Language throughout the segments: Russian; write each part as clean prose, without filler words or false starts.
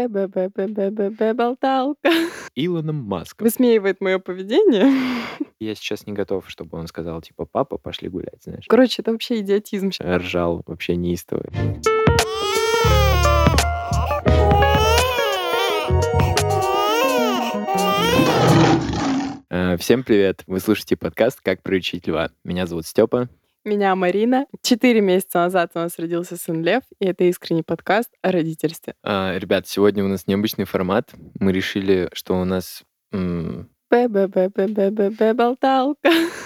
Болталка. Илоном Маском. Высмеивает мое поведение. Я сейчас не готов, чтобы он сказал, типа, папа, пошли гулять, знаешь. Короче, это вообще идиотизм. Ржал вообще неистово. Всем привет! Вы слушаете подкаст «Как приучить льва». Меня зовут Степа. Меня Марина. 4 месяца назад у нас родился сын Лев, и это искренний подкаст о родительстве. Ребят, сегодня у нас необычный формат. Мы решили, что у нас... Болталка.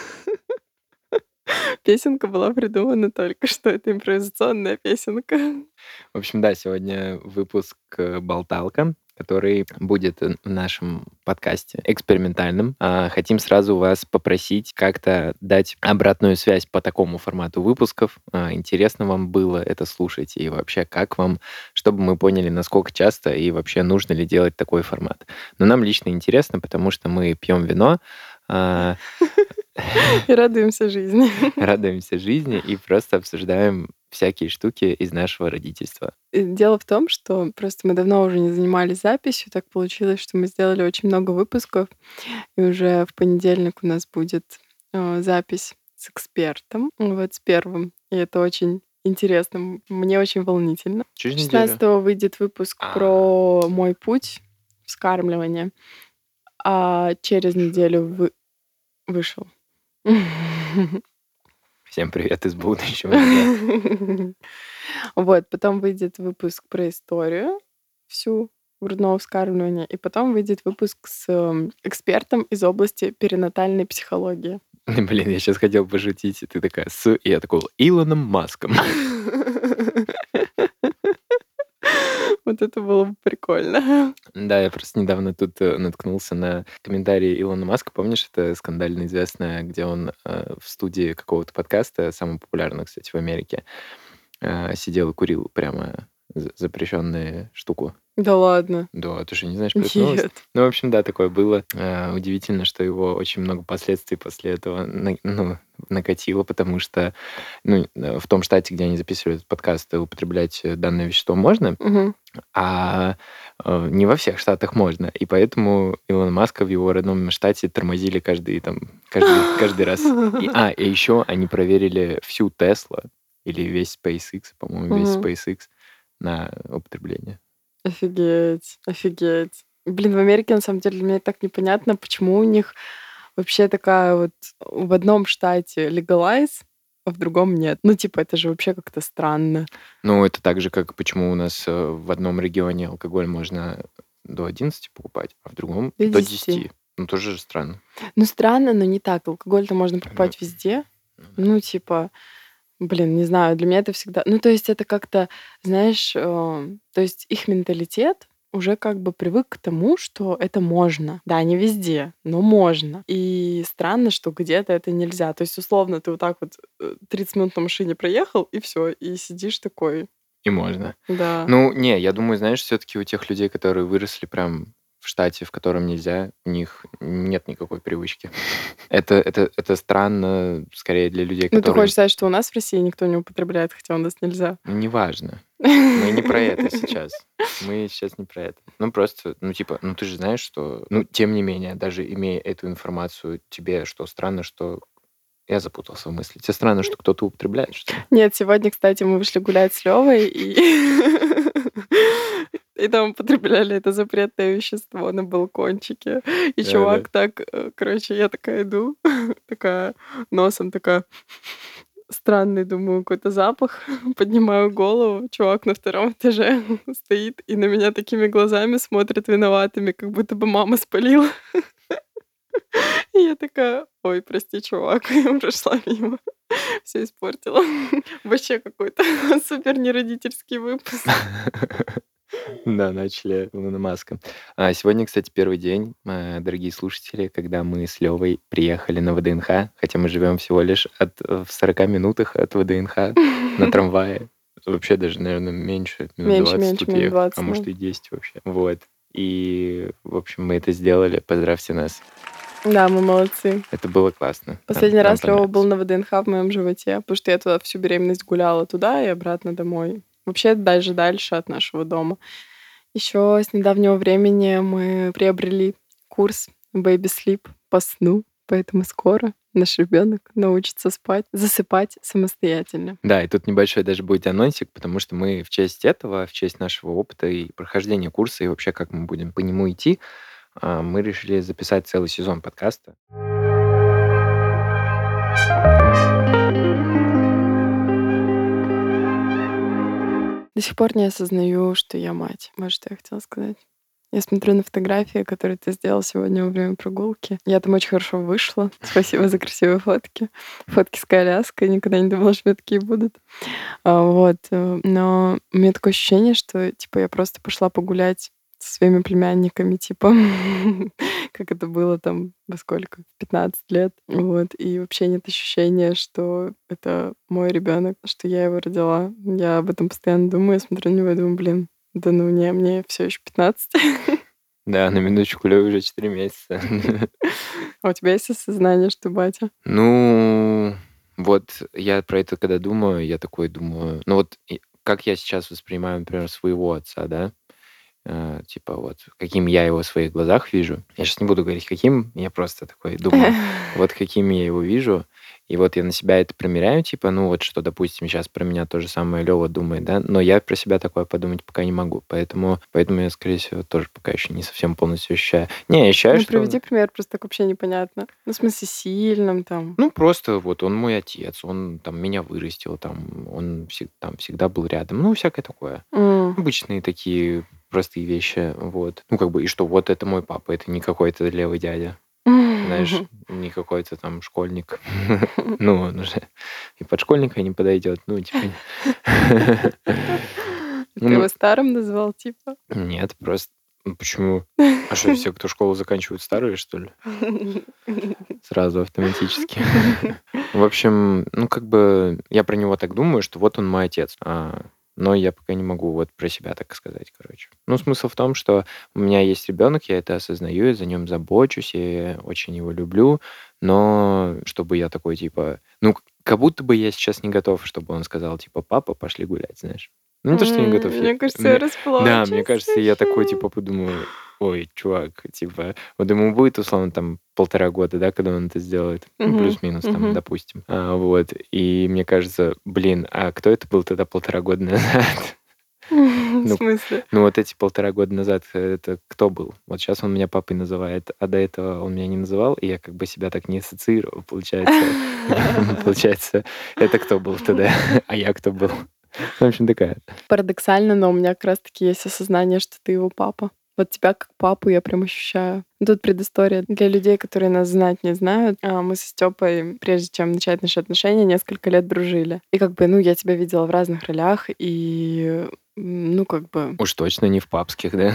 Песенка была придумана только что. Это импровизационная песенка. В общем, да, сегодня выпуск «Болталка», который будет в нашем подкасте экспериментальным. Хотим сразу вас попросить как-то дать обратную связь по такому формату выпусков. Интересно вам было это слушать и вообще как вам, чтобы мы поняли, насколько часто и вообще нужно ли делать такой формат. Но нам лично интересно, потому что мы пьем вино, И радуемся жизни. радуемся жизни и просто обсуждаем всякие штуки из нашего родительства. Дело в том, что просто мы давно уже не занимались записью. Так получилось, что мы сделали очень много выпусков. И уже в понедельник у нас будет запись с экспертом, вот с первым. И это очень интересно. Мне очень волнительно. Через неделю. 16-го выйдет выпуск про мой путь вскармливания, а через неделю вышел. Всем привет из будущего. Да. Вот, потом выйдет выпуск про историю всю грудного вскармливания, и потом выйдет выпуск с экспертом из области перинатальной психологии. Блин, я сейчас хотел пошутить, и ты такая и я такой Илоном Маском. Вот это было бы прикольно. Да, я просто недавно тут наткнулся на комментарии Илона Маска. Помнишь, это скандально известное, где он в студии какого-то подкаста, самого популярного, кстати, в Америке, сидел и курил прямо запрещенную штуку. Да ладно. Да, ты же не знаешь про эту новость? Нет. Ну, в общем, да, такое было. Удивительно, что его очень много последствий после этого накатило, потому что в том штате, где они записывали этот подкаст, употреблять данное вещество можно, Мгм. а не во всех штатах можно. И поэтому Илона Маска в его родном штате тормозили каждый раз. И еще они проверили всю Tesla или весь SpaceX, по-моему, весь Мгм. SpaceX на употребление. Офигеть, офигеть. Блин, в Америке, на самом деле, мне так непонятно, почему у них вообще такая вот в одном штате legalize, а в другом нет. Ну, типа, это же вообще как-то странно. Ну, это так же, как почему у нас в одном регионе алкоголь можно до 11 покупать, а в другом До до 10. 10. Ну, тоже же странно. Ну, странно, но не так. Алкоголь-то можно покупать везде. Ну, типа, блин, не знаю, для меня это всегда... Ну, то есть это как-то, знаешь, то есть их менталитет уже как бы привык к тому, что это можно. Да, не везде, но можно. И странно, что где-то это нельзя. То есть, условно, ты вот так вот 30 минут на машине проехал, и все, и сидишь такой. И можно. Да. Ну, не, я думаю, знаешь, все-таки у тех людей, которые выросли прям в штате, в котором нельзя, у них нет никакой привычки. Это странно, скорее, для людей, Ну, ты которые... хочешь сказать, что у нас в России никто не употребляет, хотя у нас нельзя? Ну, неважно. Мы не про это сейчас. Мы сейчас не про это. Ну, просто, ты же знаешь, что... Ну, тем не менее, даже имея эту информацию, тебе что странно, что... Я запутался в мысли. Тебе странно, что кто-то употребляет, что ли? Нет, сегодня, кстати, мы вышли гулять с Левой, и там употребляли это запретное вещество на балкончике. И Да-да. чувак так, короче, я такая иду, такая носом такая странный, думаю, какой-то запах. Поднимаю голову, чувак на 2-м этаже стоит и на меня такими глазами смотрит виноватыми, как будто бы мама спалила. И я такая: ой, прости, чувак, я прошла мимо, все испортила. Вообще какой-то супер неродительский выпуск. Да, начали Илона Маска. Сегодня, кстати, первый день, дорогие слушатели, когда мы с Левой приехали на ВДНХ, хотя мы живем всего лишь в 40 минутах от ВДНХ на трамвае. Вообще даже, наверное, меньше, минут 20 тут Меньше, минут ехать, 20, а да. может и 10 вообще. Вот. И, в общем, мы это сделали. Поздравьте нас. Да, мы молодцы. Это было классно. Последний Нам раз Лёва был понравилось. на ВДНХ в моем животе, потому что я туда всю беременность гуляла туда и обратно домой. Вообще даже дальше от нашего дома. Еще с недавнего времени мы приобрели курс Baby Sleep по сну, поэтому скоро наш ребенок научится засыпать самостоятельно. Да, и тут небольшой даже будет анонсик, потому что мы в честь этого, в честь нашего опыта и прохождения курса, и вообще как мы будем по нему идти, мы решили записать целый сезон подкаста. До сих пор не осознаю, что я мать. Вот что я хотела сказать. Я смотрю на фотографии, которые ты сделал сегодня во время прогулки. Я там очень хорошо вышла. Спасибо за красивые фотки. Фотки с коляской. Никогда не думала, что у меня такие будут. Но у меня такое ощущение, что типа я просто пошла погулять со своими племянниками, типа, как это было там во сколько? В 15 лет. Вот. И вообще нет ощущения, что это мой ребенок, что я его родила. Я об этом постоянно думаю, я смотрю на него и думаю, блин, да ну не, мне все еще 15. Да, на минуточку, Лёве уже 4 месяца. А у тебя есть осознание, что батя? Ну, вот я про это когда думаю, я такой думаю, ну вот как я сейчас воспринимаю, например, своего отца, да, типа вот каким я его в своих глазах вижу. Я сейчас не буду говорить, каким, я просто такой думаю, вот каким я его вижу. И вот я на себя это примеряю, типа, ну вот что, допустим, сейчас про меня то же самое Лёва думает, да, но я про себя такое подумать пока не могу. Поэтому я, скорее всего, тоже пока еще не совсем полностью ощущаю. Не, я ощущаю, Ну, что... приведи пример, просто так вообще непонятно. Ну, в смысле, сильным там. Ну, просто вот он мой отец, он там меня вырастил, там он там всегда был рядом, ну, всякое такое. Обычные такие простые вещи, вот. Ну, как бы, и что вот это мой папа, это не какой-то левый дядя, знаешь, не какой-то там школьник. Ну, он уже и под школьника не подойдет, ну, типа... Ты его старым назвал, типа? Нет, просто... Почему? А что, все, кто школу заканчивают, старые, что ли? Сразу автоматически. В общем, ну, как бы я про него так думаю, что вот он мой отец. Но я пока не могу вот про себя так сказать, короче. Ну, смысл в том, что у меня есть ребенок, я это осознаю, я за нем забочусь, я очень его люблю, но чтобы я такой, типа... Ну, как будто бы я сейчас не готов, чтобы он сказал, типа, папа, пошли гулять, знаешь. Ну, не то, что не готов. Мне кажется, я Да, мне расплачусь кажется, я такой, вообще. типа, подумаю, ой, чувак, типа, вот ему будет, условно, там, 1,5 года, да, когда он это сделает, ну, плюс-минус, там, допустим. Вот, и мне кажется, блин, а кто это был тогда 1,5 года назад? В смысле? Ну, вот эти 1,5 года назад, это кто был? Вот сейчас он меня папой называет, а до этого он меня не называл, и я как бы себя так не ассоциировал, получается. Получается, это кто был тогда, а я кто был? В общем, такая. Парадоксально, но у меня как раз-таки есть осознание, что ты его папа. Вот тебя как папу я прям ощущаю. Тут предыстория для людей, которые нас знать не знают. Мы со Стёпой, прежде чем начать наши отношения, несколько лет дружили. И как бы, ну, я тебя видела в разных ролях, и, ну, как бы... Уж точно не в папских, да?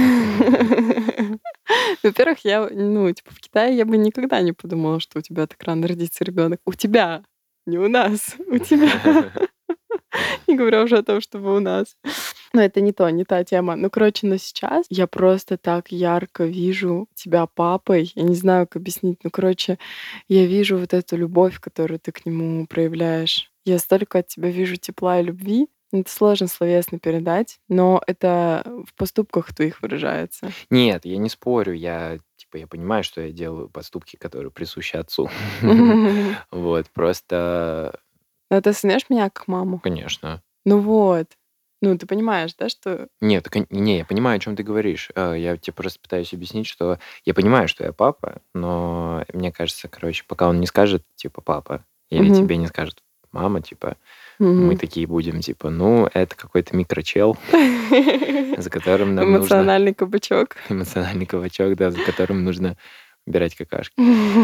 Во-первых, я, ну, типа, в Китае я бы никогда не подумала, что у тебя так рано родится ребенок. У тебя, не у нас, у тебя. Не говоря уже о том, чтобы у нас. Но это не та тема. Ну, короче, но сейчас я просто так ярко вижу тебя папой. Я не знаю, как объяснить. Ну, короче, я вижу вот эту любовь, которую ты к нему проявляешь. Я столько от тебя вижу тепла и любви. Это сложно словесно передать, но это в поступках твоих выражается. Нет, я не спорю, я понимаю, что я делаю поступки, которые присущи отцу. Вот, просто... Но ты осознаешь меня как маму? Конечно. Ну вот. Ну, ты понимаешь, да, что... Нет, не, я понимаю, о чем ты говоришь. Я тебе просто пытаюсь объяснить, что я понимаю, что я папа, но мне кажется, короче, пока он не скажет, типа, папа, или тебе не скажет мама, типа, мы такие будем, типа, ну, это какой-то микрочел, за которым нам нужно... Эмоциональный кабачок. Эмоциональный кабачок, да, за которым нужно убирать какашки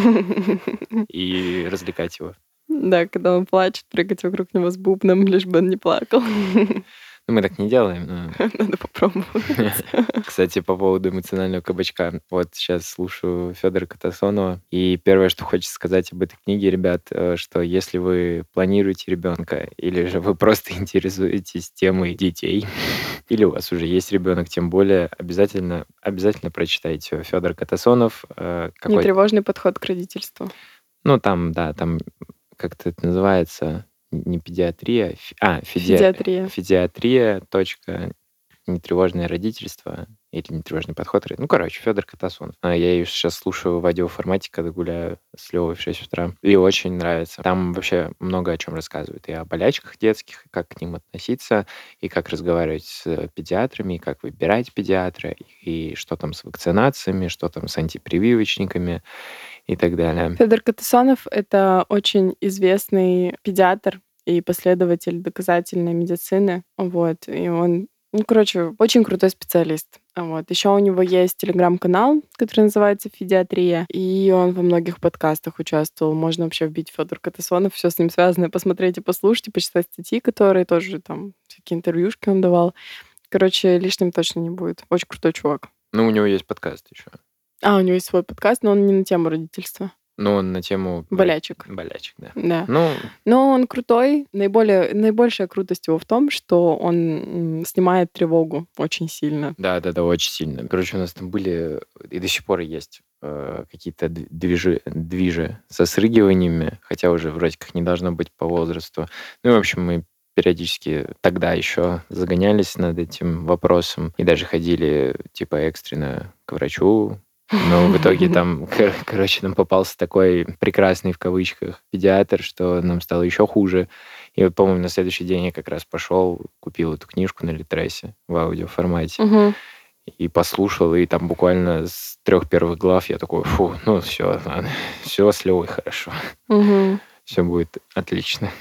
и развлекать его. Да, когда он плачет, прыгать вокруг него с бубном, лишь бы он не плакал. Ну, мы так не делаем. Надо попробовать. Кстати, по поводу эмоционального кабачка. Вот сейчас слушаю Федора Катасонова, и первое, что хочется сказать об этой книге, ребят, что если вы планируете ребенка, или же вы просто интересуетесь темой детей, или у вас уже есть ребенок, тем более обязательно прочитайте Федор Катасонов. Нетревожный подход к родительству. Ну, там, да, там как-то это называется... Не педиатрия, Федиатрия. Федиатрия. нетревожное родительство или нетревожный подход. Ну, короче, Федор Катасонов. Я ее сейчас слушаю в аудиоформате, когда гуляю с Левой в 6 утра. И очень нравится. Там вообще много о чем рассказывают. И о болячках детских, и как к ним относиться, и как разговаривать с педиатрами, и как выбирать педиатра, и что там с вакцинациями, что там с антипрививочниками и так далее. Федор Катасонов — это очень известный педиатр и последователь доказательной медицины. Вот. И он, очень крутой специалист. Вот. Еще у него есть телеграм-канал, который называется «Федиатрия», и он во многих подкастах участвовал. Можно вообще вбить Федор Катасонов, все с ним связано, посмотреть и послушать, и почитать статьи, которые тоже там, всякие интервьюшки он давал. Лишним точно не будет. Очень крутой чувак. Ну, у него есть подкаст еще. У него есть свой подкаст, но он не на тему родительства. Ну, он на тему Болячек. болячек, да. Да. Ну, Но он крутой. Наибольшая крутость его в том, что он снимает тревогу очень сильно. да, очень сильно. Короче, у нас там были, и до сих пор есть какие-то движи со срыгиваниями, хотя уже вроде как не должно быть по возрасту. Ну, и, в общем, мы периодически тогда еще загонялись над этим вопросом и даже ходили, типа, экстренно к врачу. Но в итоге там, короче, нам попался такой прекрасный, в кавычках, педиатр, что нам стало еще хуже. И вот, по-моему, на следующий день я как раз пошел, купил эту книжку на Литресе в аудиоформате Мгм. и послушал, и там буквально с 3 первых глав я такой, фу, ну все, все с Левой хорошо, Мгм. все будет отлично.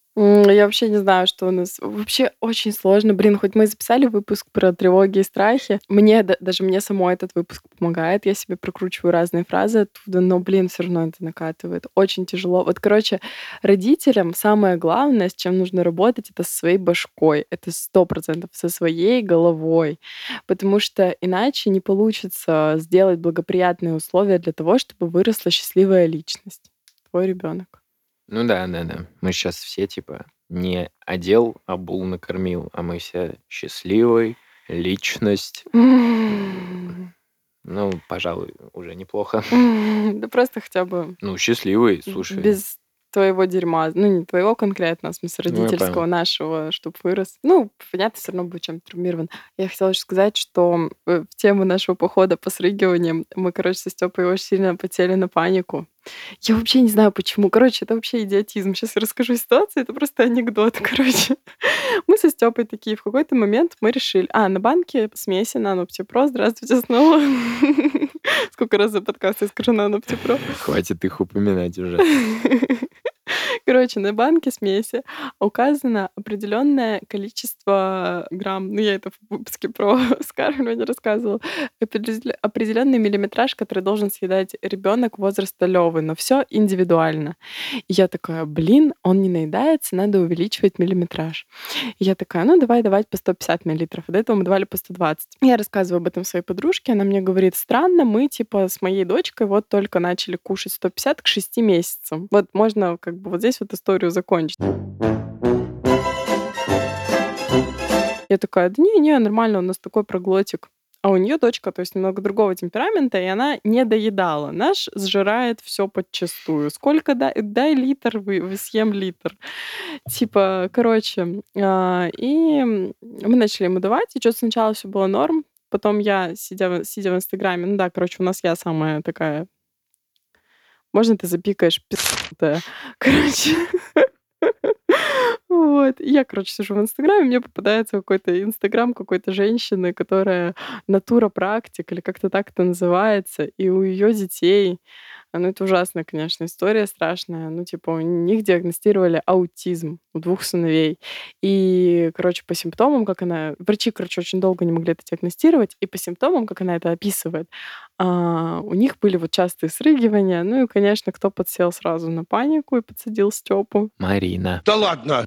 Я вообще не знаю, что у нас. Вообще очень сложно. Блин, хоть мы и записали выпуск про тревоги и страхи. Даже мне самой этот выпуск помогает. Я себе прокручиваю разные фразы оттуда, но, блин, все равно это накатывает. Очень тяжело. Вот, родителям самое главное, с чем нужно работать, это со своей башкой. Это 100% со своей головой. Потому что иначе не получится сделать благоприятные условия для того, чтобы выросла счастливая личность. Твой ребенок. Ну да. Мы сейчас все, типа, не одел, обул, накормил, а мы все счастливый, личность. Ну, пожалуй, уже неплохо. Да просто хотя бы Ну, счастливый, слушай. без твоего дерьма. Ну, не твоего конкретно, в смысле Ну, я родительского понял. нашего, чтобы вырос. Ну, понятно, все равно будет чем-то травмирован. Я хотела еще сказать, что в тему нашего похода по срыгиваниям мы, со Степой очень сильно потели на панику. Я вообще не знаю, почему. Это вообще идиотизм. Сейчас я расскажу ситуацию, это просто анекдот. Мы со Степой такие, в какой-то момент мы решили... на банке смеси Наноптипро. Здравствуйте снова. Сколько раз за подкаст я скажу Наноптипро. Хватит их упоминать уже. На банке смеси указано определенное количество грамм. Ну, я это в выпуске про вскармливание рассказывала. Определенный миллиметраж, который должен съедать ребенок возраста Левы, но все индивидуально. И я такая, блин, он не наедается, надо увеличивать миллиметраж. И я такая, ну давай давать по 150 миллилитров. А до этого мы давали по 120. Я рассказываю об этом своей подружке, она мне говорит, странно, мы с моей дочкой вот только начали кушать 150 к 6 месяцам. Вот можно вот здесь вот историю закончить. Я такая, да не, нормально, у нас такой проглотик. А у нее дочка, то есть немного другого темперамента, и она не доедала. Наш сжирает все подчистую. Сколько дай литр, вы съем литр. И мы начали ему давать, и что-то сначала все было норм. Потом я, сидя в Инстаграме, у нас я самая такая... Можно ты запикаешь, пи***тая? Вот. Я, сижу в Инстаграме, мне попадается какой-то Инстаграм какой-то женщины, которая натура-практик, или как-то так это называется, и у ее детей, это ужасная, конечно, история страшная, у них диагностировали аутизм у 2 сыновей. И, по симптомам, врачи, очень долго не могли это диагностировать, и по симптомам, как она это описывает, у них были вот частые срыгивания. Ну и, конечно, кто подсел сразу на панику и подсадил Степу? Марина. Да ладно!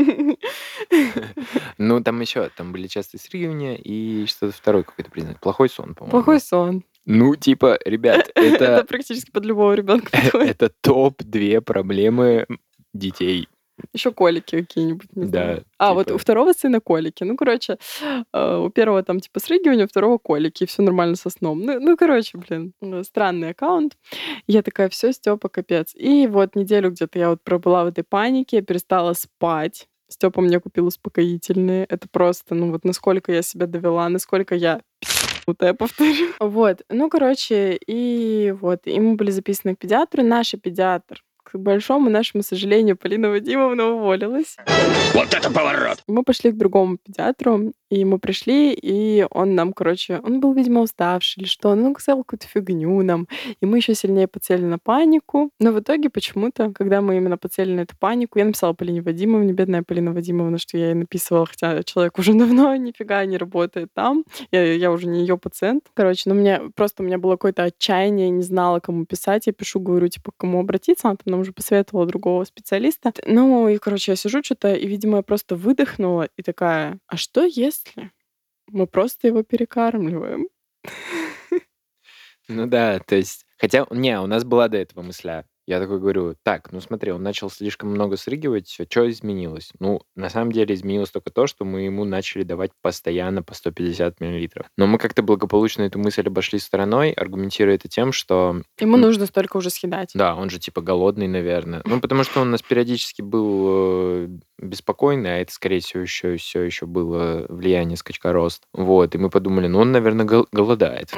Ну, там были частые срыгивания и что-то второй какой-то признак. Плохой сон, по-моему. Плохой сон. Ну, типа, ребят, Это это практически под любого ребенка подходит. это топ-2 проблемы детей. Еще колики какие-нибудь, не знаю. Да, Вот типа. у второго сына колики. У первого там срыгивание, у второго колики, и все нормально со сном. Блин, странный аккаунт. Я такая, все, Степа, капец. И вот неделю где-то я вот пробыла в этой панике, я перестала спать. Степа мне купил успокоительные. Это просто, ну вот насколько я себя довела, насколько я я повторю. Вот. Ну, короче, и вот. И мы были записаны к педиатру. Наш педиатр, к большому нашему сожалению, Полина Вадимовна уволилась. Вот это поворот! Мы пошли к другому педиатру, и мы пришли, и он нам, короче, он был, видимо, уставший или что, он сказал какую-то фигню нам, и мы еще сильнее подсели на панику. Но в итоге почему-то, когда мы именно подсели на эту панику, я написала Полине Вадимовне, бедная Полина Вадимовна, что я ей написывала, хотя человек уже давно нифига не работает там, я уже не ее пациент. Короче, ну у меня было какое-то отчаяние, не знала, кому писать. Я пишу, говорю, типа, к кому обратиться. Она там нам уже посоветовала другого специалиста. Ну, и, короче, я сижу что-то, и, видимо, я просто выдохнула и такая, а что если мы просто его перекармливаем? Ну да, то есть... Хотя, не, у нас была до этого мысля. Я такой говорю, так, ну смотри, он начал слишком много срыгивать, что изменилось? Ну, на самом деле изменилось только то, что мы ему начали давать постоянно по 150 миллилитров. Но мы как-то благополучно эту мысль обошли стороной, аргументируя это тем, что... Ему нужно столько уже съедать. Да, он же типа голодный, наверное. Ну, потому что он у нас периодически был беспокойный, а это, скорее всего, все еще было влияние скачка-рост. Вот, и мы подумали, ну, он, наверное, голодает.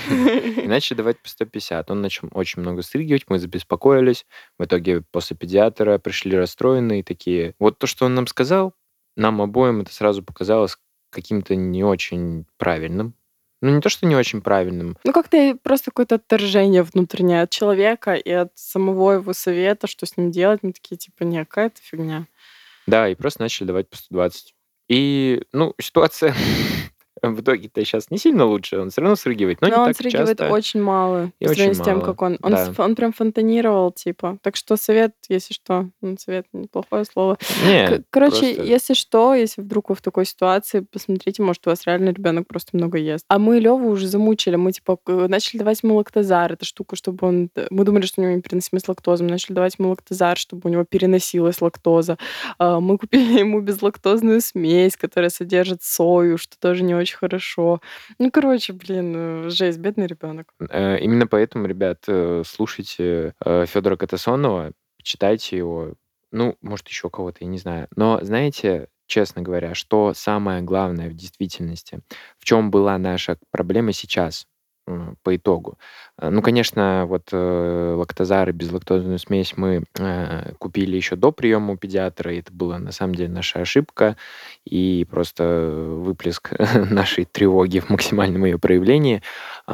И начали давать по 150. Он начал очень много стригивать, мы забеспокоились. В итоге после педиатра пришли расстроенные такие. Вот то, что он нам сказал, нам обоим это сразу показалось каким-то не очень правильным. Ну, не то, что не очень правильным. Ну, как-то просто какое-то отторжение внутреннее от человека и от самого его совета, что с ним делать. Мы такие, типа, не, какая-то фигня. Да, и просто начали давать по 120. И, ну, ситуация в итоге-то сейчас не сильно лучше, он все равно срыгивает, но не Но он так срыгивает часто очень мало и по очень сравнению с тем, мало. как он. Да. Он прям фонтанировал, типа. Так что совет, если что, совет неплохое слово. Нет, Короче, просто... если что, если вдруг вы в такой ситуации, посмотрите, может, у вас реально ребенок просто много ест. А мы Леву уже замучили. Мы, типа, начали давать ему лактозар, эту штуку, чтобы он... Мы думали, что у него непереносимость лактозы. Мы начали давать ему лактозар, чтобы у него переносилась лактоза. Мы купили ему безлактозную смесь, которая содержит сою, что тоже не очень хорошо. Ну, короче, блин, жесть, бедный ребенок. Именно поэтому, ребят, слушайте Федора Катасонова, читайте его, ну, может, еще кого-то, я не знаю. Но знаете, честно говоря, что самое главное в действительности, в чем была наша проблема сейчас по итогу? Ну, конечно, вот лактозар и безлактозную смесь мы купили еще до приема у педиатра, и это была на самом деле наша ошибка и просто выплеск нашей тревоги в максимальном ее проявлении.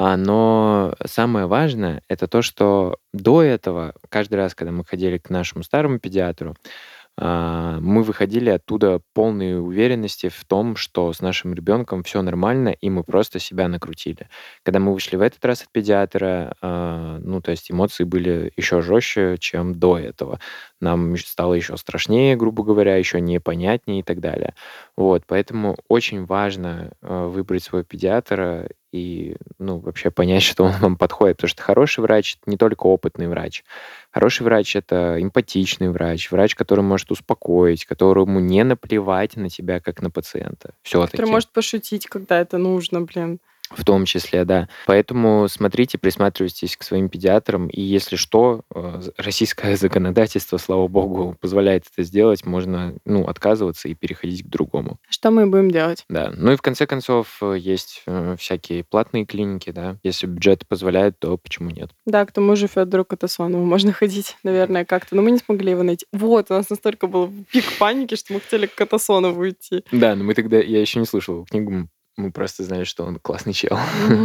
Но самое важное это то, что до этого, каждый раз, когда мы ходили к нашему старому педиатру, мы выходили оттуда полной уверенности в том, что с нашим ребенком все нормально, и мы просто себя накрутили. Когда мы вышли в этот раз от педиатра, ну, то есть эмоции были еще жестче, чем до этого. Нам стало еще страшнее, грубо говоря, еще непонятнее и так далее. Вот, поэтому очень важно выбрать своего педиатра и, ну, вообще понять, что он вам подходит, потому что хороший врач — это не только опытный врач. Хороший врач — это эмпатичный врач, врач, который может успокоить, которому не наплевать на тебя, как на пациента. Все-таки. Который может пошутить, когда это нужно, блин. В том числе, да. Поэтому смотрите, присматривайтесь к своим педиатрам, и если что, российское законодательство, слава богу, позволяет это сделать, можно, ну, отказываться и переходить к другому. Что мы будем делать? Да. Ну и в конце концов есть всякие платные клиники, да. Если бюджет позволяет, то почему нет? Да, к тому же Федору Катасонову можно ходить, наверное, как-то. Но мы не смогли его найти. Вот, у нас настолько был пик паники, что мы хотели к Катасонову идти. Да, но мы тогда... Я еще не слушал его книгу, мы просто знали, что он классный чел.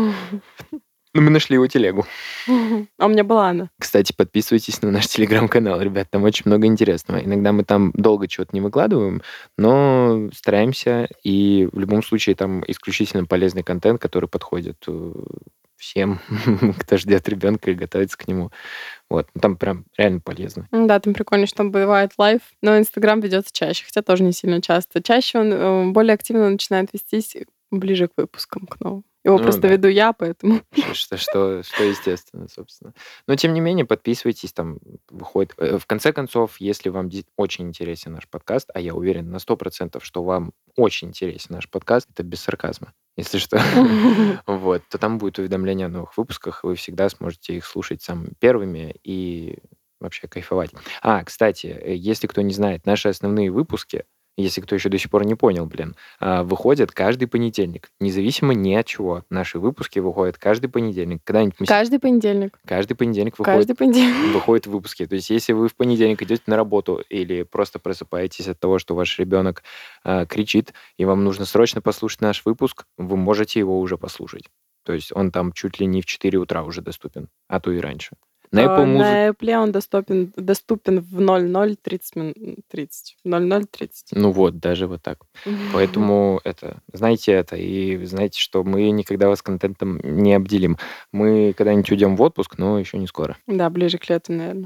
Ну, мы нашли его телегу. А у меня была она. Кстати, подписывайтесь на наш телеграм-канал, ребят, там очень много интересного. Иногда мы там долго чего-то не выкладываем, но стараемся, и в любом случае там исключительно полезный контент, который подходит всем, кто ждет ребенка и готовится к нему. Вот, там прям реально полезно. Да, там прикольно, что там бывает лайв, но Инстаграм ведется чаще, хотя тоже не сильно часто. Чаще он более активно начинает вестись ближе к выпускам, к новым. Его просто веду я, поэтому... Что естественно, собственно. Но, тем не менее, подписывайтесь, там выходит... В конце концов, если вам очень интересен наш подкаст, а я уверен на 100%, что вам очень интересен наш подкаст, это без сарказма, если что, вот, то там будет уведомление о новых выпусках, и вы всегда сможете их слушать самыми первыми и вообще кайфовать. Кстати, если кто не знает, наши основные выпуски если кто еще до сих пор не понял, блин, выходят каждый понедельник. Независимо ни от чего. Наши выпуски выходят каждый понедельник. Когда-нибудь мы... Каждый понедельник. Каждый понедельник Каждый понедельник. выходят выпуски. То есть если вы в понедельник идете на работу или просто просыпаетесь от того, что ваш ребенок кричит, и вам нужно срочно послушать наш выпуск, вы можете его уже послушать. То есть он там чуть ли не в 4 утра уже доступен, а то и раньше. На Apple Music... На Apple он доступен в 00:30. 00:30. Ну вот, даже вот так. Поэтому знайте это, и знайте, что мы никогда вас контентом не обделим. Мы когда-нибудь уйдем в отпуск, но еще не скоро. Да, ближе к лету, наверное.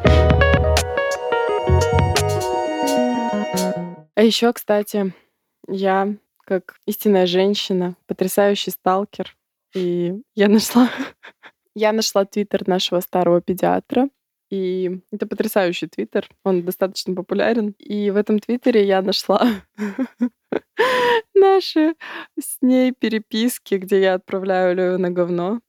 А еще, кстати, я, как истинная женщина, потрясающий сталкер, и я нашла твиттер нашего старого педиатра, и это потрясающий твиттер, он достаточно популярен. И в этом твиттере я нашла наши с ней переписки, где я отправляю Лёву на говно.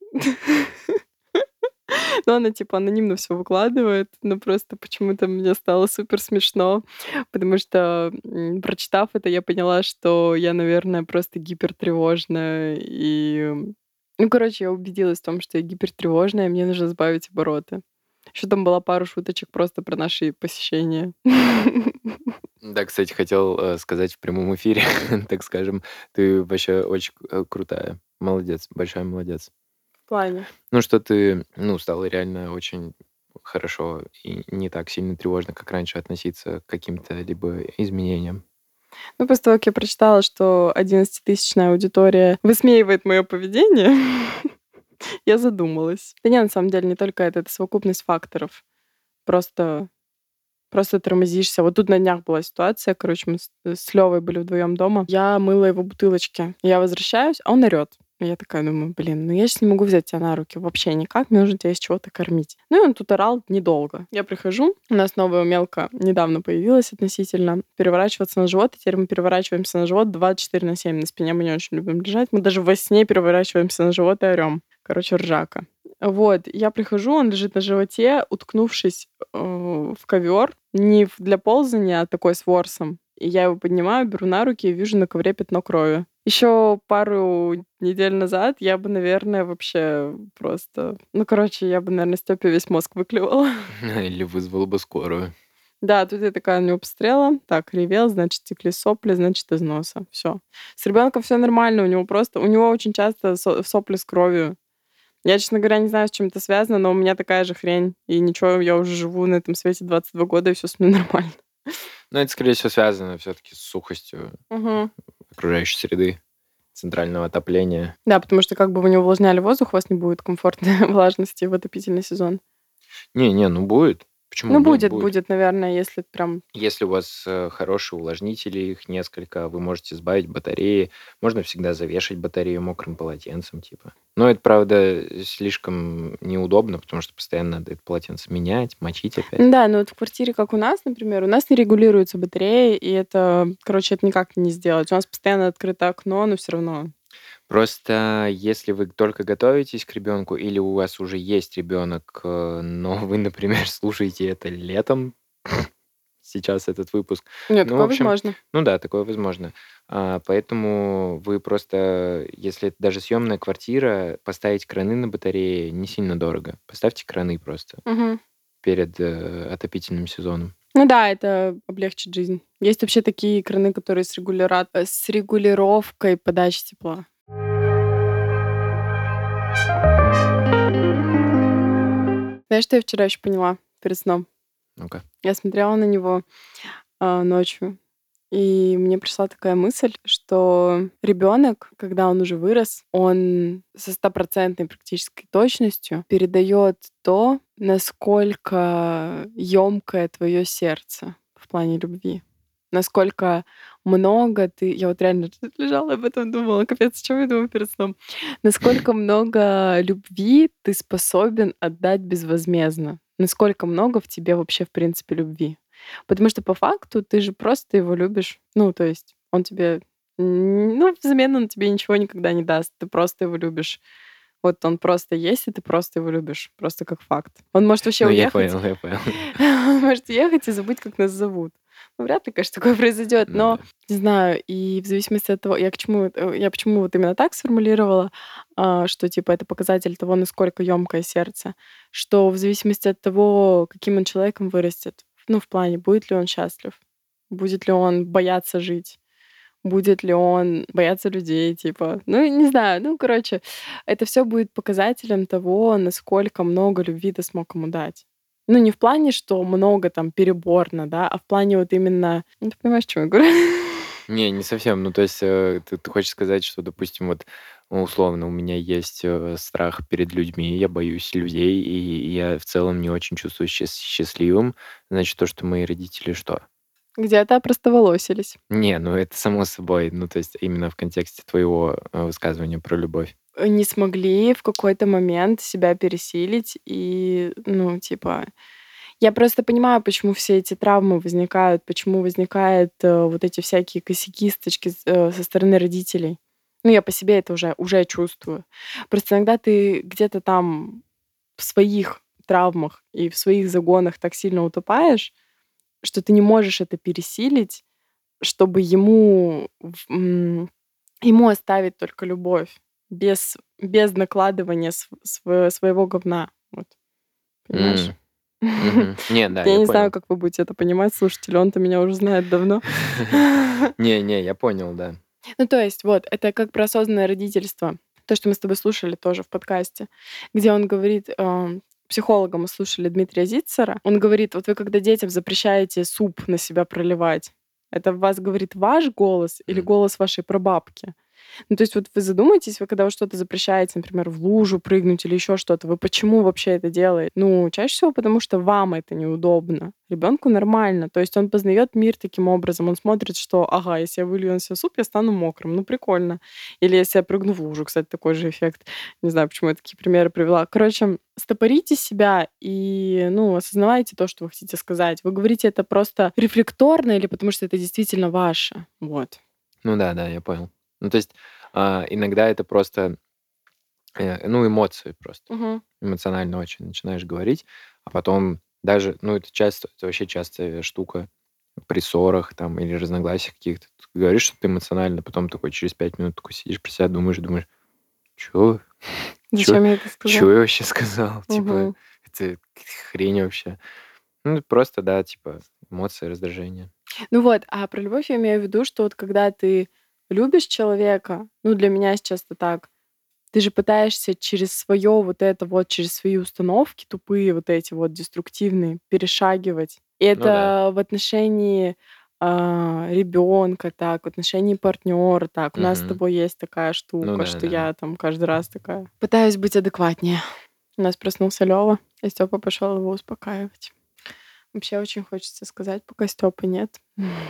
Но она типа анонимно все выкладывает, но просто почему-то мне стало супер смешно, потому что, прочитав это, я поняла, что я, наверное, просто гипертревожная. И, короче, я убедилась в том, что я гипертревожная, и мне нужно сбавить обороты. Еще там была пару шуточек просто про наши посещения. Да, кстати, хотел сказать в прямом эфире, так скажем, ты вообще очень крутая. Молодец, большая молодец. В плане. Ну, что ты, стала реально очень хорошо и не так сильно тревожно, как раньше, относиться к каким-то либо изменениям. Ну, после того, как я прочитала, что 11-тысячная аудитория высмеивает мое поведение, я задумалась. Да не, на самом деле, не только это совокупность факторов. Просто тормозишься. Вот тут на днях была ситуация, короче, мы с Лёвой были вдвоем дома. Я мыла его бутылочки. Я возвращаюсь, а он орёт. И я такая думаю, блин, я сейчас не могу взять тебя на руки вообще никак, мне нужно тебя из чего-то кормить. Ну и он тут орал недолго. Я прихожу, у нас новая мелка недавно появилась относительно, переворачиваться на живот, и теперь мы переворачиваемся на живот 24/7. На спине мы не очень любим лежать, мы даже во сне переворачиваемся на живот и орём. Короче, ржака. Вот, я прихожу, он лежит на животе, уткнувшись в ковер, не для ползания, а такой с ворсом. И я его поднимаю, беру на руки и вижу на ковре пятно крови. Еще пару недель назад я бы, наверное, вообще просто... я бы, наверное, Стёпе весь мозг выклевала. Или вызвала бы скорую. Да, тут я такая у него посмотрела, так, ревел, значит, текли сопли, значит, из носа. Все. С ребенком все нормально, у него очень часто сопли с кровью. Я, честно говоря, не знаю, с чем это связано, но у меня такая же хрень. И ничего, я уже живу на этом свете 22 года, и все с мной нормально. Но это, скорее всего, связано все-таки с сухостью окружающей среды, центрального отопления. Да, потому что как бы вы не увлажняли воздух, у вас не будет комфортной влажности в отопительный сезон. Не, будет. Почему? Ну, Нет, будет, наверное, если прям... Если у вас хорошие увлажнители, их несколько, вы можете сбавить батареи. Можно всегда завешать батарею мокрым полотенцем, типа. Но это, правда, слишком неудобно, потому что постоянно надо это полотенце менять, мочить опять. Да, но вот в квартире, как у нас, например, у нас не регулируются батареи, и это никак не сделать. У нас постоянно открыто окно, но все равно. Просто если вы только готовитесь к ребенку или у вас уже есть ребенок, но вы, например, слушаете это летом, сейчас этот выпуск. Нет, Ну, в такое общем, возможно. Ну да, такое возможно. Поэтому вы просто, если это даже съемная квартира, поставить краны на батарее не сильно дорого. Поставьте краны просто Мгм. перед отопительным сезоном. Ну да, это облегчит жизнь. Есть вообще такие краны, которые с регулировкой подачи тепла. Знаешь, что я вчера еще поняла перед сном? Ну-ка. Я смотрела на него ночью, и мне пришла такая мысль, что ребенок, когда он уже вырос, он со 100% практической точностью передает то, насколько ёмкое твое сердце в плане любви. Насколько много ты... Я вот реально лежала об этом думала. Капец, о чем я думаю перед сном? Насколько много любви ты способен отдать безвозмездно. Насколько много в тебе вообще, в принципе, любви. Потому что по факту ты же просто его любишь. Ну, то есть он тебе... взамен он тебе ничего никогда не даст. Ты просто его любишь. Вот он просто есть, и ты просто его любишь. Просто как факт. Он может вообще Ну, я уехать. понял. Он может уехать и забыть, как нас зовут. Ну, вряд ли, конечно, такое произойдет, Ну но да. не знаю, и в зависимости от того, я почему вот именно так сформулировала, что типа это показатель того, насколько ёмкое сердце, что в зависимости от того, каким он человеком вырастет, ну, в плане, будет ли он счастлив, будет ли он бояться жить, будет ли он бояться людей, типа. Ну, не знаю, ну, короче, это все будет показателем того, насколько много любви ты смог ему дать. Ну, не в плане, что много там переборно, да, а в плане вот именно. Ну, ты понимаешь, о чём я говорю? Не совсем. Ну, то есть, ты хочешь сказать, что, допустим, вот, ну, условно, у меня есть, страх перед людьми, я боюсь людей, и я в целом не очень чувствую счастливым. Значит, то, что мои родители что? Где-то опростоволосились. Не, ну это само собой. Ну, то есть именно в контексте твоего, высказывания про любовь. Не смогли в какой-то момент себя пересилить и, ну, типа. Я просто понимаю, почему все эти травмы возникают, почему возникают, вот эти всякие косяки со стороны родителей. Ну, я по себе это уже чувствую. Просто иногда ты где-то там в своих травмах и в своих загонах так сильно утопаешь, что ты не можешь это пересилить, чтобы ему оставить только любовь без накладывания своего говна. Вот, понимаешь? М, мгм. Не, да, Я я не знаю, понял. как вы будете это понимать, слушатели. Он-то меня уже знает давно. Не, я понял, да. Ну, то есть, вот, это как про осознанное родительство. То, что мы с тобой слушали тоже в подкасте, где он говорит, психолога мы слушали Дмитрия Зицера. Он говорит, вот вы когда детям запрещаете суп на себя проливать, это в вас говорит ваш голос или М. голос вашей прабабки? Ну, то есть вот вы задумайтесь, вы когда вы что-то запрещаете, например, в лужу прыгнуть или еще что-то, вы почему вообще это делаете? Ну, чаще всего потому, что вам это неудобно. Ребенку нормально. То есть он познает мир таким образом. Он смотрит, что, ага, если я вылью на себя суп, я стану мокрым. Ну, прикольно. Или если я прыгну в лужу, кстати, такой же эффект. Не знаю, почему я такие примеры привела. Короче, стопорите себя и, ну, осознавайте то, что вы хотите сказать. Вы говорите это просто рефлекторно или потому что это действительно ваше. Вот. Ну да, я понял. Ну, то есть, иногда это просто, ну, эмоции просто. Мгм. Эмоционально очень начинаешь говорить, а потом даже, ну, это вообще частая штука при ссорах там или разногласиях каких-то. Ты говоришь что-то эмоционально, потом такой через 5 минут такой сидишь про себя, думаешь: "Чё? Чё Зачем я это сказала? чё я вообще сказал?" Типа, Мгм. это хрень вообще. Ну, просто, да, типа эмоции, раздражение. Ну вот, а про любовь я имею в виду, что вот когда ты любишь человека, ну, для меня сейчас это так, ты же пытаешься через свое вот это вот, через свои установки тупые, вот эти вот деструктивные, перешагивать. И Ну да. это в отношении ребенка так, в отношении партнера так. У нас с Мгм. тобой есть такая Ну штука, что да. я там каждый раз такая пытаюсь быть адекватнее. У нас проснулся Лёва, и Степа пошел его успокаивать. Вообще очень хочется сказать, пока Степы нет.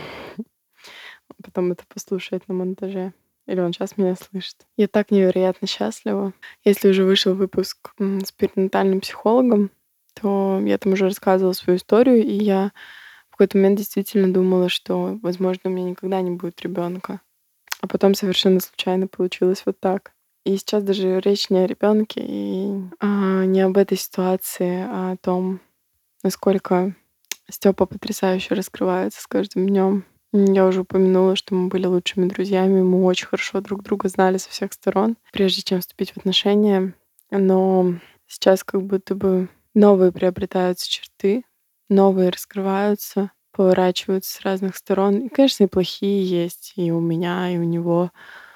Он потом это послушает на монтаже. Или он сейчас меня слышит. Я так невероятно счастлива. Если уже вышел выпуск с перинатальным психологом, то я там уже рассказывала свою историю, и я в какой-то момент действительно думала, что, возможно, у меня никогда не будет ребенка. А потом совершенно случайно получилось вот так. И сейчас даже речь не о ребенке и не об этой ситуации, а о том, насколько Степа потрясающе раскрывается с каждым днем. Я уже упомянула, что мы были лучшими друзьями, мы очень хорошо друг друга знали со всех сторон, прежде чем вступить в отношения. Но сейчас как будто бы новые приобретаются черты, новые раскрываются, поворачиваются с разных сторон. И, конечно, и плохие есть и у меня, и у него,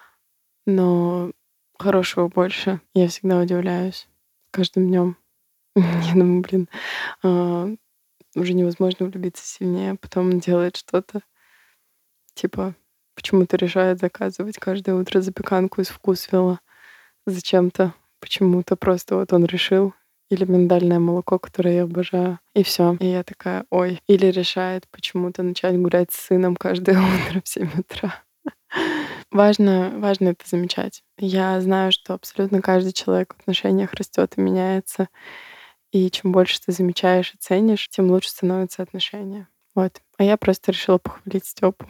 но хорошего больше. Я всегда удивляюсь каждым днем. Я думаю, блин, а, уже невозможно влюбиться сильнее. Потом он делает что-то, типа, почему-то решает заказывать каждое утро запеканку из вкусвилла зачем-то. Почему-то просто вот он решил. Или миндальное молоко, которое я обожаю. И все. И я такая, ой. Или решает почему-то начать гулять с сыном каждое утро в 7 утра. Важно это замечать. Я знаю, что абсолютно каждый человек в отношениях растет и меняется. И чем больше ты замечаешь и ценишь, тем лучше становятся отношения. Вот. А я просто решила похвалить Степу.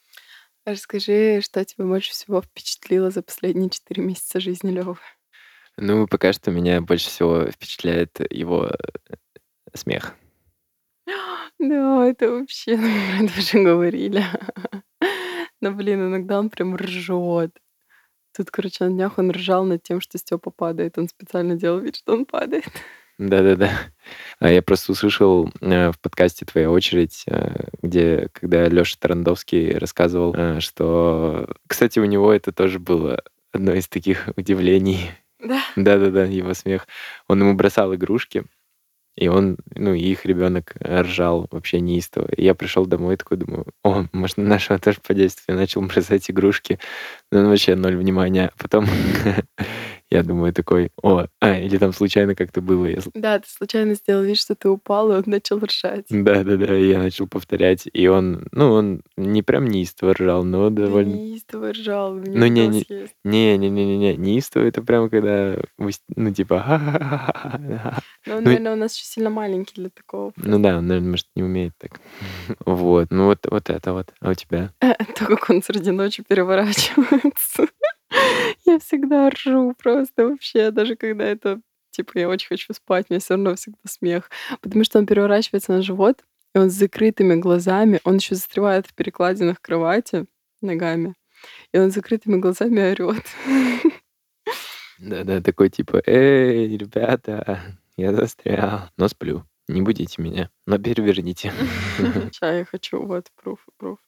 Расскажи, что тебя больше всего впечатлило за последние 4 месяца жизни Лёвы? Ну, пока что меня больше всего впечатляет его смех. Да, это вообще, мы про это уже говорили. Но, блин, иногда он прям ржет. Тут, короче, на днях он ржал над тем, что Степа падает. Он специально делал вид, что он падает. Да-да-да. А я просто услышал в подкасте «Твоя очередь», где, когда Лёша Тарандовский рассказывал, что, кстати, у него это тоже было одно из таких удивлений. Да. Да-да-да, его смех. Он ему бросал игрушки, и он, ну, и их ребенок ржал вообще неистово. И я пришел домой такой, думаю, о, может, на нашего тоже подействует. Я начал бросать игрушки, но он вообще ноль внимания. А потом я думаю такой, или там случайно как-то было. Да, ты случайно сделал вид, что ты упал, и он начал ржать. Да-да-да, и я начал повторять, и он не прям неистово ржал, но Да довольно... неистово ржал, у Ну, него нос есть. не, неистово это прям когда, ну, типа, ха-ха-ха-ха-ха. Но он, Ну, наверное, у нас еще сильно маленький для такого ну просто. да, он, наверное, может, не умеет так. Вот, ну вот это вот. А у тебя? То, как он среди ночи переворачивается. Я всегда ржу просто вообще, даже когда это, типа, я очень хочу спать, у меня всё равно всегда смех. Потому что он переворачивается на живот, и он с закрытыми глазами, он еще застревает в перекладинах кровати ногами, и он с закрытыми глазами орёт. Да-да, такой типа, эй, ребята, я застрял, но сплю. Не будите меня, но переверните. Ща я хочу, вот, пруфы.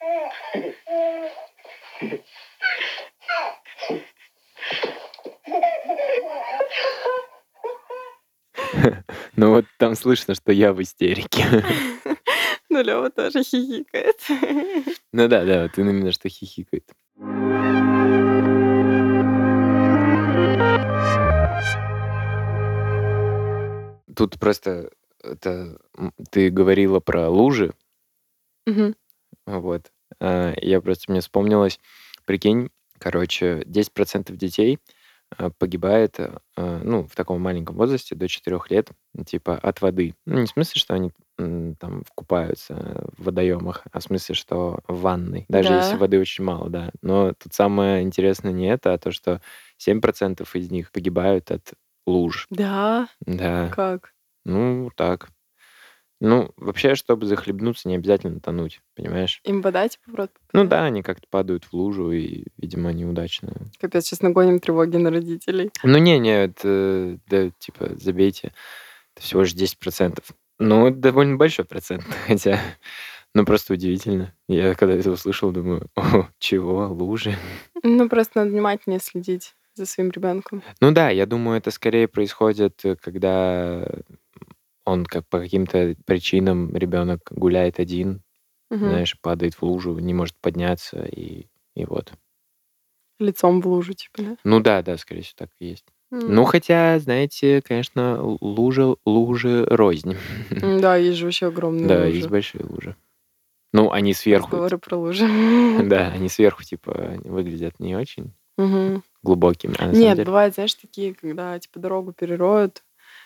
Ну вот там слышно, что я в истерике. Ну, Лёва тоже хихикает. Ну да, вот именно что хихикает. Тут просто ты говорила про лужи, Мгм. вот. Я просто мне вспомнилось, прикинь, короче, 10% детей погибает, ну, в таком маленьком возрасте, до 4 лет, типа от воды. Ну, не в смысле, что они там купаются в водоемах, а в смысле, что в ванной. Даже если Да. воды очень мало, да. Но тут самое интересное не это, а то, что 7% из них погибают от луж. Да? Да, Как? ну, так. Ну, вообще, чтобы захлебнуться, не обязательно тонуть, понимаешь? Им вода, типа, в рот Ну попадает? да, они как-то падают в лужу и, видимо, неудачно. Капец, сейчас нагоним тревоги на родителей. Ну не, это, да, типа, забейте. Это всего лишь 10%. Ну, это довольно большой процент, хотя, ну, просто удивительно. Я когда это услышал, думаю, о, чего, лужи? Ну, просто надо внимательнее следить за своим ребенком. Ну да, я думаю, это скорее происходит, когда он как по каким-то причинам ребенок гуляет один, Мгм. знаешь, падает в лужу, не может подняться, и вот. Лицом в лужу, типа, да? Ну да, скорее всего, так и есть. Ну, М. хотя, знаете, конечно, лужи рознь. Да, есть же вообще огромные Да, есть лужи. большие лужи. Ну, они сверху, Разговоры про лужи. да, они сверху, типа, выглядят не очень Мгм. глубокими, а на самом Нет, деле... бывает, знаешь, такие, когда, типа, дорогу перероют,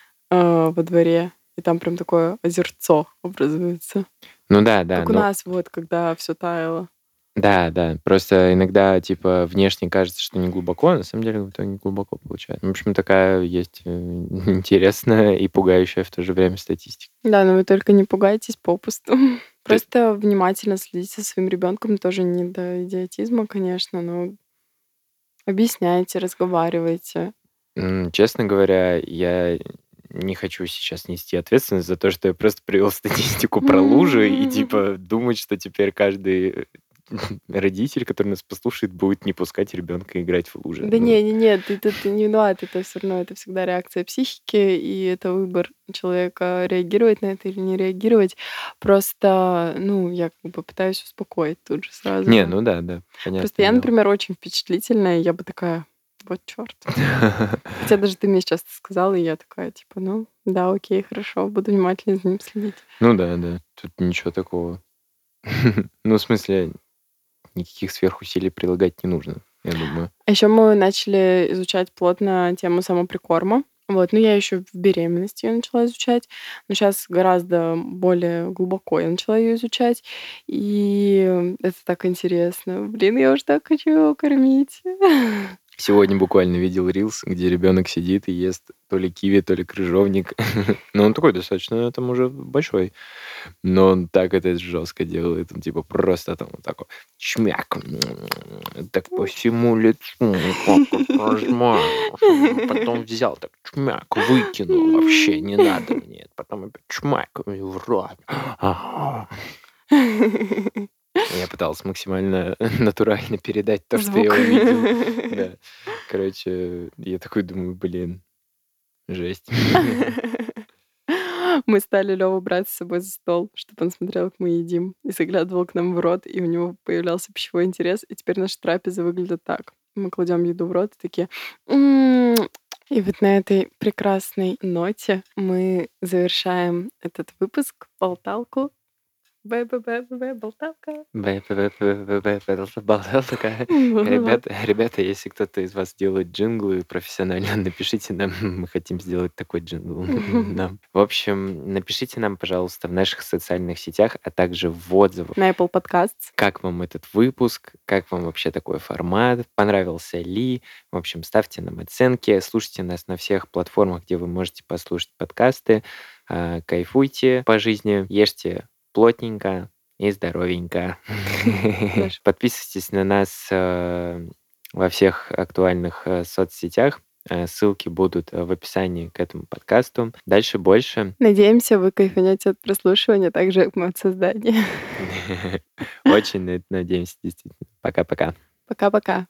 во дворе, и там прям такое озерцо образуется. Ну да, Как у ну, нас вот, когда все таяло. да. Просто иногда, типа, внешне кажется, что не глубоко, а на самом деле в итоге глубоко получается. В общем, такая есть интересная и пугающая в то же время статистика. Да, но вы только не пугайтесь попусту. Просто внимательно следите за своим ребенком, тоже не до идиотизма, конечно, но объясняйте, разговаривайте. Честно говоря, я не хочу сейчас нести ответственность за то, что я просто привел статистику про лужи и, типа, думать, что теперь каждый родитель, который нас послушает, будет не пускать ребенка играть в лужи. Да Ну, не, ты тут не виноват, это все равно, это всегда реакция психики, и это выбор человека реагировать на это или не реагировать. Просто, ну, я как бы пытаюсь успокоить тут же сразу не, же. ну да, Просто понятное я, дело. например, очень впечатлительная, и я бы такая: "Вот чёрт". Хотя даже ты мне сейчас это сказала, и я такая, типа: "Ну да, окей, хорошо, буду внимательнее за ним следить". Ну да, тут ничего такого. Ну, в смысле, никаких сверхусилий прилагать не нужно, я думаю. А еще мы начали изучать плотно тему самоприкорма. Вот, ну, я еще в беременности её начала изучать, но сейчас гораздо более глубоко я начала ее изучать, и это так интересно. Блин, я уже так хочу его кормить. Сегодня буквально видел рилс, где ребенок сидит и ест то ли киви, то ли крыжовник. Но он такой достаточно там уже большой. Но он так это жестко делает. Он типа просто там вот такой чмяк. Так по всему лицу. Как вот размазал. Потом взял так чмяк, выкинул. Вообще не надо мне. это. Потом опять чмяк и в рот. Ага. Я пытался максимально натурально передать то, что я Звук. увидел. Да. Короче, я такой думаю, блин, жесть. Мы стали Лёву брать с собой за стол, чтобы он смотрел, как мы едим, и заглядывал к нам в рот, и у него появлялся пищевой интерес. И теперь наша трапеза выглядит так. Мы кладем еду в рот и такие... «М». И вот на этой прекрасной ноте мы завершаем этот выпуск, болталку. Болталка. Болтал такая. Ребята, если кто-то из вас делает джинглы профессионально, напишите нам, мы хотим сделать такой джингл нам. В общем, напишите нам, пожалуйста, в наших социальных сетях, а также в отзывах, На Apple Podcasts. как вам этот выпуск, как вам вообще такой формат, понравился ли. В общем, ставьте нам оценки, слушайте нас на всех платформах, где вы можете послушать подкасты, кайфуйте по жизни, ешьте плотненько и здоровенько. Хорошо. Подписывайтесь на нас во всех актуальных соцсетях. Ссылки будут в описании к этому подкасту. Дальше больше. Надеемся, вы кайфанете от прослушивания, так же, как мы от создания. Очень на это надеемся, действительно. Пока-пока. Пока-пока.